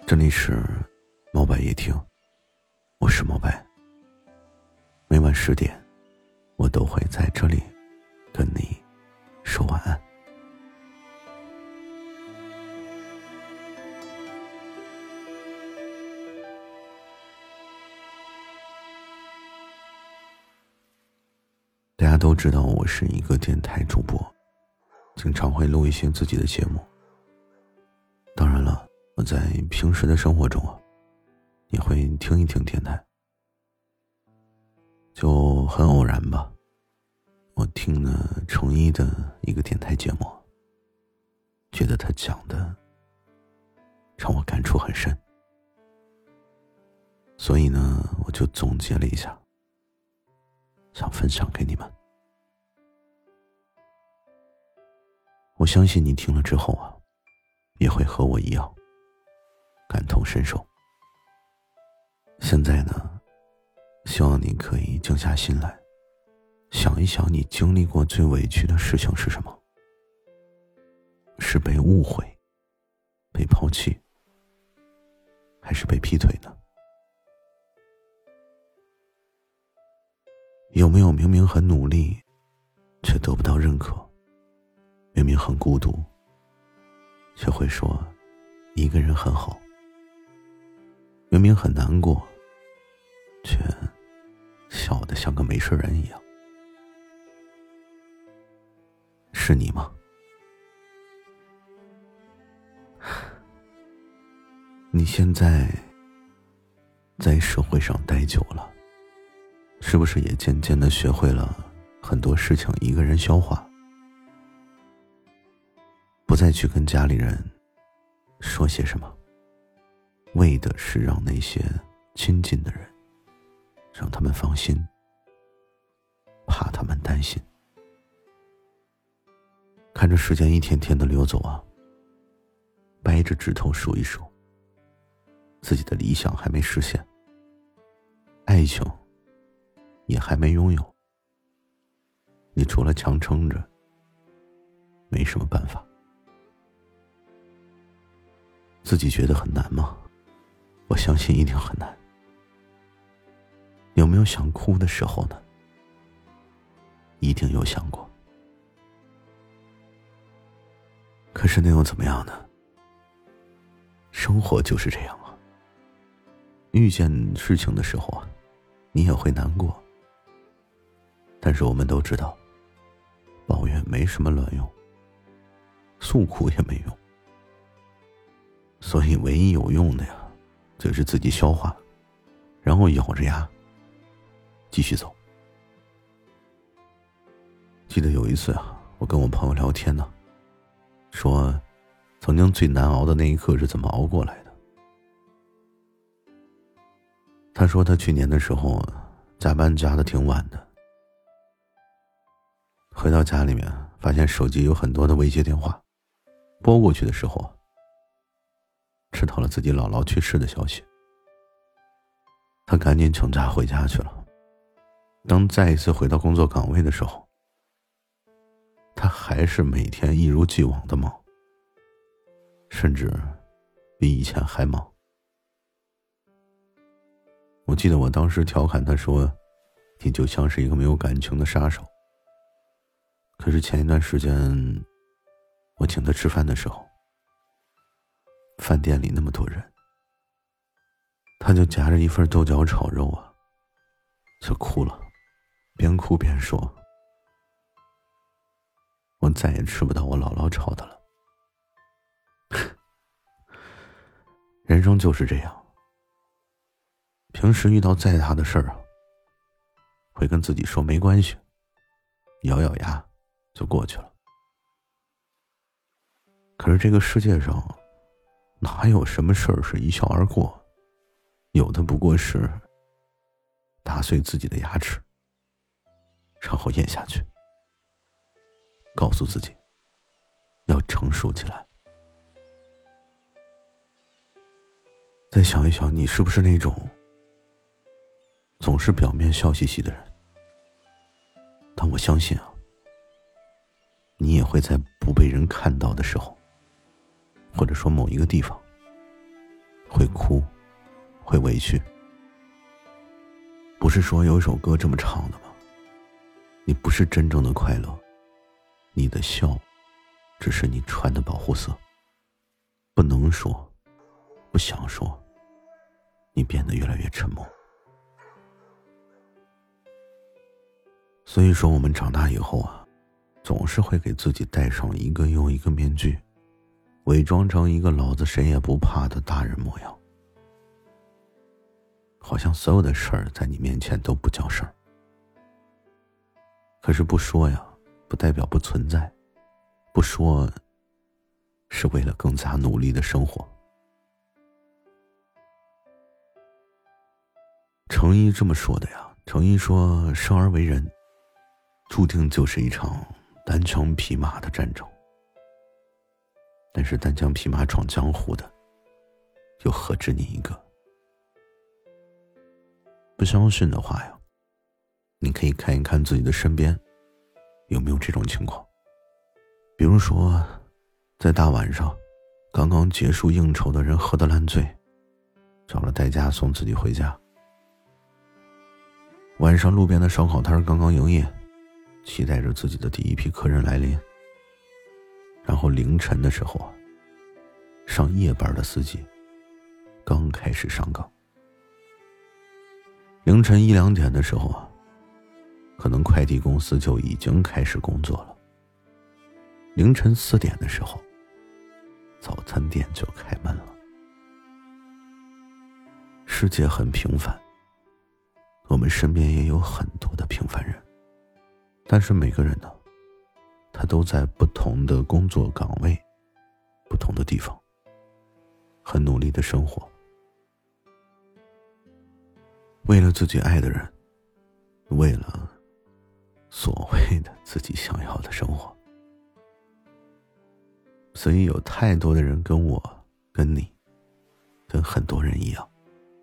这里是猫白夜听，我是猫白。每晚10点，我都会在这里跟你说晚安。大家都知道我是一个电台主播，经常会录一些自己的节目。当然了，我在平时的生活中也会听一听电台。就很偶然吧，我听了程一的一个电台节目，觉得他讲的让我感触很深，所以呢，我就总结了一下，想分享给你们。我相信你听了之后也会和我一样感同身受。现在呢，希望你可以静下心来，想一想你经历过最委屈的事情是什么？是被误会、被抛弃，还是被劈腿呢？有没有明明很努力，却得不到认可？明明很孤独，却会说一个人很好？明明很难过，却笑得像个没事人一样？是你吗？你现在在社会上待久了，是不是也渐渐地学会了很多事情一个人消化，不再去跟家里人说些什么，为的是让那些亲近的人让他们放心，怕他们担心。看着时间一天天的流走掰着指头数一数，自己的理想还没实现，爱情也还没拥有，你除了强撑着，没什么办法。自己觉得很难吗？我相信一定很难。有没有想哭的时候呢？一定有想过。可是那又怎么样呢？生活就是这样遇见事情的时候你也会难过。但是我们都知道，抱怨没什么卵用，诉苦也没用。所以唯一有用的就是自己消化，然后咬着牙继续走。记得有一次我跟我朋友聊天说曾经最难熬的那一刻是怎么熬过来的。他说他去年的时候加班加得挺晚的，回到家里面发现手机有很多的未接电话，拨过去的时候知道了自己姥姥去世的消息。他赶紧请假回家去了。当再一次回到工作岗位的时候，他还是每天一如既往的忙，甚至比以前还忙。我记得我当时调侃他说，你就像是一个没有感情的杀手。可是前一段时间我请他吃饭的时候，饭店里那么多人，他就夹着一份豆角炒肉就哭了，边哭边说，我再也吃不到我姥姥炒的了。人生就是这样，平时遇到再大的事儿会跟自己说没关系，咬咬牙就过去了。可是这个世界上哪有什么事儿是一笑而过，有的不过是打碎自己的牙齿，然后咽下去，告诉自己要成熟起来。再想一想，你是不是那种总是表面笑嘻嘻的人？但我相信你也会在不被人看到的时候，或者说某一个地方会哭，会委屈。不是说有一首歌这么唱的吗？你不是真正的快乐，你的笑只是你穿的保护色。不能说，不想说，你变得越来越沉默。所以说我们长大以后啊，总是会给自己戴上一个又一个面具，伪装成一个老子谁也不怕的大人模样，好像所有的事儿在你面前都不叫事儿。可是不说呀，不代表不存在，不说是为了更加努力的生活。程一这么说的呀，程一说，生而为人注定就是一场单枪匹马的战争，但是单枪匹马闯江湖的又何止你一个？不相信的话呀，你可以看一看自己的身边有没有这种情况。比如说在大晚上刚刚结束应酬的人喝得烂醉，找了代驾送自己回家。晚上路边的烧烤摊刚刚营业，期待着自己的第一批客人来临。然后凌晨的时候上夜班的司机刚开始上岗。凌晨1、2点的时候可能快递公司就已经开始工作了。凌晨4点的时候，早餐店就开门了。世界很平凡，我们身边也有很多的平凡人，但是每个人呢，他都在不同的工作岗位，不同的地方，很努力的生活，为了自己爱的人，为了所谓的自己想要的生活。所以有太多的人跟我，跟你，跟很多人一样，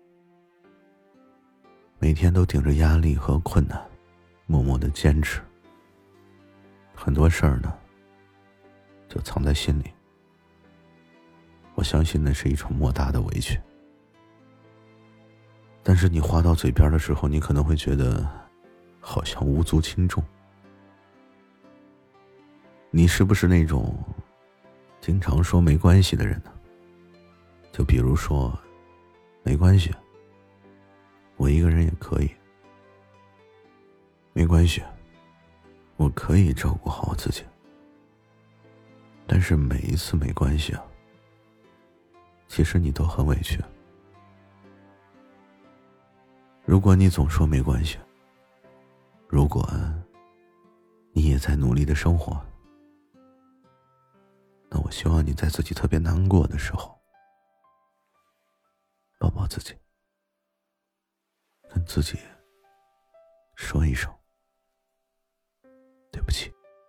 每天都顶着压力和困难，默默的坚持。很多事儿呢，就藏在心里。我相信那是一种莫大的委屈。但是你话到嘴边的时候，你可能会觉得好像无足轻重。你是不是那种经常说没关系的人呢？就比如说，没关系，我一个人也可以。没关系，我可以照顾好我自己。但是每一次没关系其实你都很委屈。如果你总说没关系，如果你也在努力的生活，那我希望你在自己特别难过的时候，抱抱自己，跟自己说一声对不起，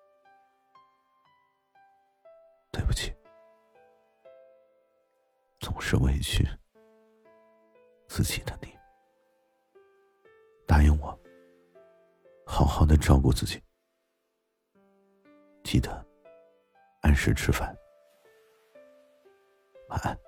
对不起，总是委屈自己的你。答应我，好好的照顾自己，记得按时吃饭。晚安。